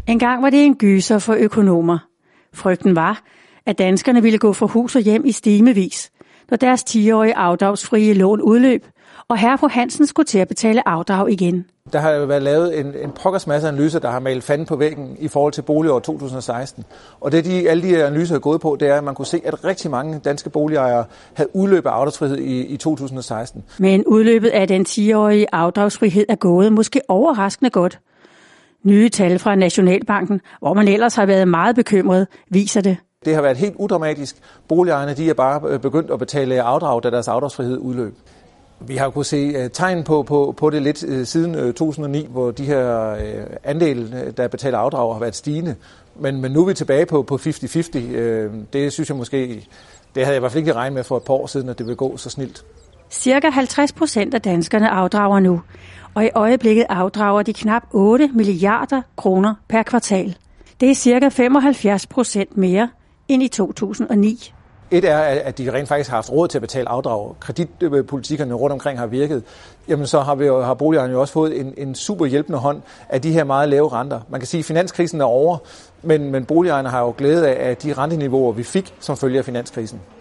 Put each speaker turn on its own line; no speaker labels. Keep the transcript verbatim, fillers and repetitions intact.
Engang var det en gyser for økonomer. Frygten var, at danskerne ville gå fra hus og hjem i stimevis, når deres ti-årige afdragsfrie lån udløb, og herre fru Hansen skulle til at betale afdrag igen.
Der har jo været lavet en, en pokkers masse analyser, der har malet fanden på væggen i forhold til boligåret to tusind og seksten. Og det, de, alle de analyser er gået på, det er, at man kunne se, at rigtig mange danske boligejere havde udløbet af afdragsfrihed i, i to tusind og seksten.
Men udløbet af den ti-årige afdragsfrihed er gået måske overraskende godt. Nye tal fra Nationalbanken, hvor man ellers har været meget bekymret, viser det.
Det har været helt udramatisk. Boligejerne de er bare begyndt at betale afdrag, da deres afdragsfrihed udløb. Vi har kunnet se tegn på, på, på det lidt siden to tusind og ni, hvor de her andele, der betaler afdrag, har været stigende. Men, men nu er vi tilbage på, på halvtreds halvtreds. Det synes jeg måske, det havde jeg i hvert fald ikke regnet med for et par år siden, at det ville gå så snilt.
Cirka halvtreds procent af danskerne afdrager nu, og i øjeblikket afdrager de knap otte milliarder kroner per kvartal. Det er cirka femoghalvfjerds procent mere end i to tusind og ni.
Et er, at de rent faktisk har haft råd til at betale afdrag. Kreditpolitikkerne rundt omkring har virket. Jamen så har, vi jo, har boligejerne jo også fået en, en super hjælpende hånd af de her meget lave renter. Man kan sige, at finanskrisen er over, men, men boligejerne har jo glæde af de renteniveauer, vi fik som følge af finanskrisen.